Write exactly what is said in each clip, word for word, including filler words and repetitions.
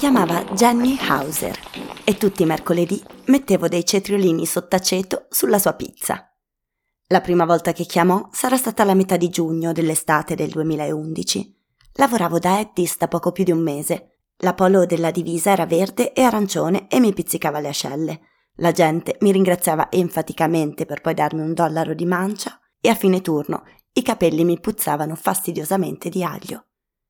chiamava Jenny Hauser e tutti i mercoledì mettevo dei cetriolini sott'aceto sulla sua pizza. La prima volta che chiamò sarà stata la metà di giugno dell'estate del duemilaundici. Lavoravo da Eddis da poco più di un mese. La polo della divisa era verde e arancione e mi pizzicava le ascelle. La gente mi ringraziava enfaticamente per poi darmi un dollaro di mancia e a fine turno i capelli mi puzzavano fastidiosamente di aglio.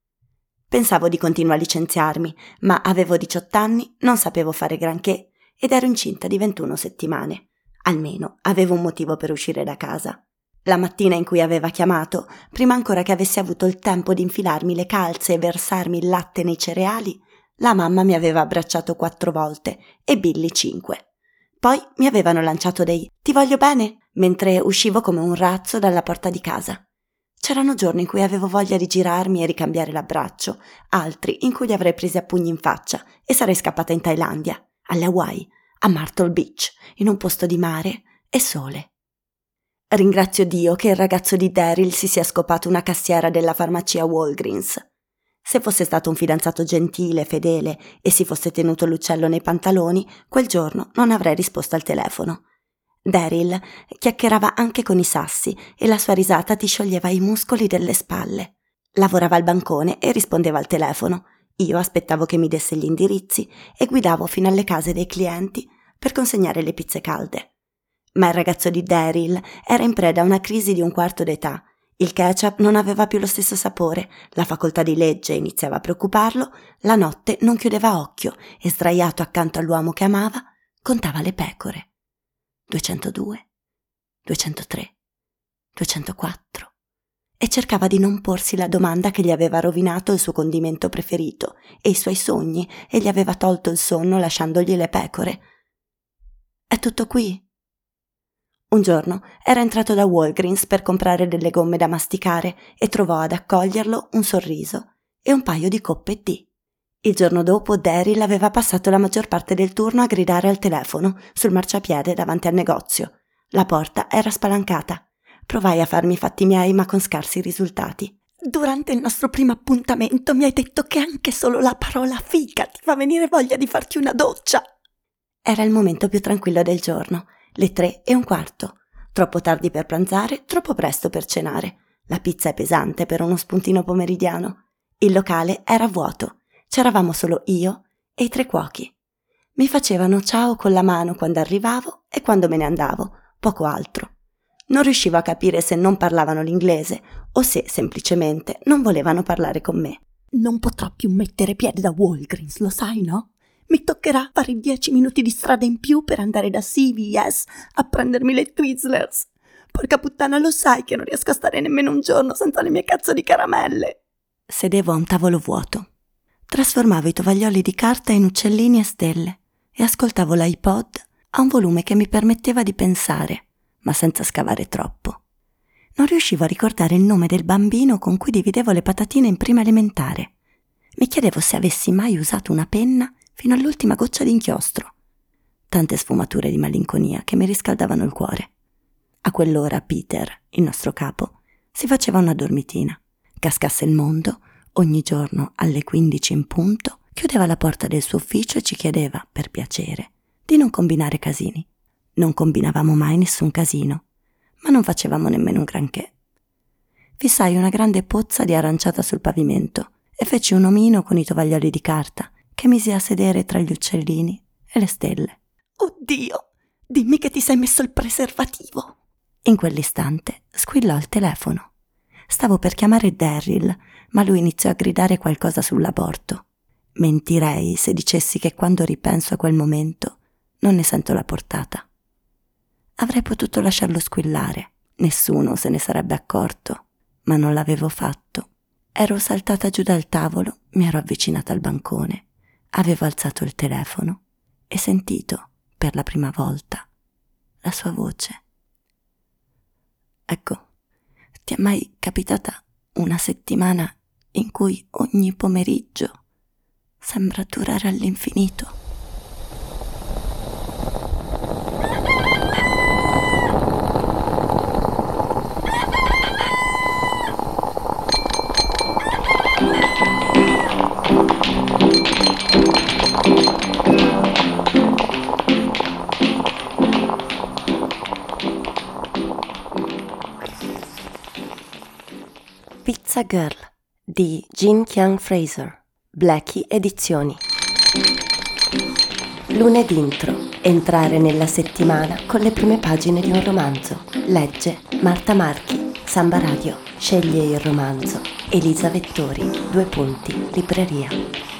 Pensavo di continuare a licenziarmi, ma avevo diciotto anni, non sapevo fare granché ed ero incinta di ventuno settimane. Almeno avevo un motivo per uscire da casa. La mattina in cui aveva chiamato, prima ancora che avessi avuto il tempo di infilarmi le calze e versarmi il latte nei cereali, la mamma mi aveva abbracciato quattro volte e Billy cinque. Poi mi avevano lanciato dei «ti voglio bene» mentre uscivo come un razzo dalla porta di casa. C'erano giorni in cui avevo voglia di girarmi e ricambiare l'abbraccio, altri in cui li avrei presi a pugni in faccia e sarei scappata in Thailandia, alle Hawaii, a Myrtle Beach, in un posto di mare e sole. Ringrazio Dio che il ragazzo di Daryl si sia scopato una cassiera della farmacia Walgreens. Se fosse stato un fidanzato gentile, fedele e si fosse tenuto l'uccello nei pantaloni, quel giorno non avrei risposto al telefono. Daryl chiacchierava anche con i sassi e la sua risata ti scioglieva i muscoli delle spalle. Lavorava al bancone e rispondeva al telefono. Io aspettavo che mi desse gli indirizzi e guidavo fino alle case dei clienti per consegnare le pizze calde. Ma il ragazzo di Daryl era in preda a una crisi di un quarto d'età. Il ketchup non aveva più lo stesso sapore, la facoltà di legge iniziava a preoccuparlo, la notte non chiudeva occhio e sdraiato accanto all'uomo che amava, contava le pecore. duecentodue, duecentotre, duecentoquattro e cercava di non porsi la domanda che gli aveva rovinato il suo condimento preferito e i suoi sogni e gli aveva tolto il sonno lasciandogli le pecore. È tutto qui? Un giorno era entrato da Walgreens per comprare delle gomme da masticare e trovò ad accoglierlo un sorriso e un paio di coppe D. Il giorno dopo Daryl aveva passato la maggior parte del turno a gridare al telefono sul marciapiede davanti al negozio. La porta era spalancata. Provai a farmi i fatti miei ma con scarsi risultati. «Durante il nostro primo appuntamento mi hai detto che anche solo la parola figa ti fa venire voglia di farti una doccia!» Era il momento più tranquillo del giorno. Le tre e un quarto. Troppo tardi per pranzare, troppo presto per cenare. La pizza è pesante per uno spuntino pomeridiano. Il locale era vuoto. C'eravamo solo io e i tre cuochi. Mi facevano ciao con la mano quando arrivavo e quando me ne andavo, poco altro. Non riuscivo a capire se non parlavano l'inglese o se semplicemente non volevano parlare con me. «Non potrò più mettere piede da Walgreens, lo sai, no? Mi toccherà fare dieci minuti di strada in più per andare da C V S a prendermi le Twizzlers. Porca puttana, lo sai che non riesco a stare nemmeno un giorno senza le mie cazzo di caramelle!» Sedevo a un tavolo vuoto. Trasformavo i tovaglioli di carta in uccellini e stelle e ascoltavo l'iPod a un volume che mi permetteva di pensare, ma senza scavare troppo. Non riuscivo a ricordare il nome del bambino con cui dividevo le patatine in prima elementare. Mi chiedevo se avessi mai usato una penna fino all'ultima goccia di inchiostro. Tante sfumature di malinconia che mi riscaldavano il cuore. A quell'ora Peter, il nostro capo, si faceva una dormitina. Cascasse il mondo, ogni giorno alle quindici in punto chiudeva la porta del suo ufficio e ci chiedeva, per piacere, di non combinare casini. Non combinavamo mai nessun casino, ma non facevamo nemmeno un granché. Fissai una grande pozza di aranciata sul pavimento e feci un omino con i tovaglioli di carta che misi a sedere tra gli uccellini e le stelle. «Oddio, dimmi che ti sei messo il preservativo!» In quell'istante squillò il telefono. Stavo per chiamare Daryl, ma lui iniziò a gridare qualcosa sull'aborto. Mentirei se dicessi che quando ripenso a quel momento non ne sento la portata. Avrei potuto lasciarlo squillare, nessuno se ne sarebbe accorto, ma non l'avevo fatto. Ero saltata giù dal tavolo, mi ero avvicinata al bancone, avevo alzato il telefono e sentito, per la prima volta, la sua voce. Ecco, ti è mai capitata una settimana in cui ogni pomeriggio sembra durare all'infinito? Pizza Girl di Jean Kiang Fraser, Blackie Edizioni. Lunedì intro. Entrare nella settimana con le prime pagine di un romanzo. Legge Marta Marchi, Samba Radio. Sceglie il romanzo. Elisa Vettori, due punti, libreria.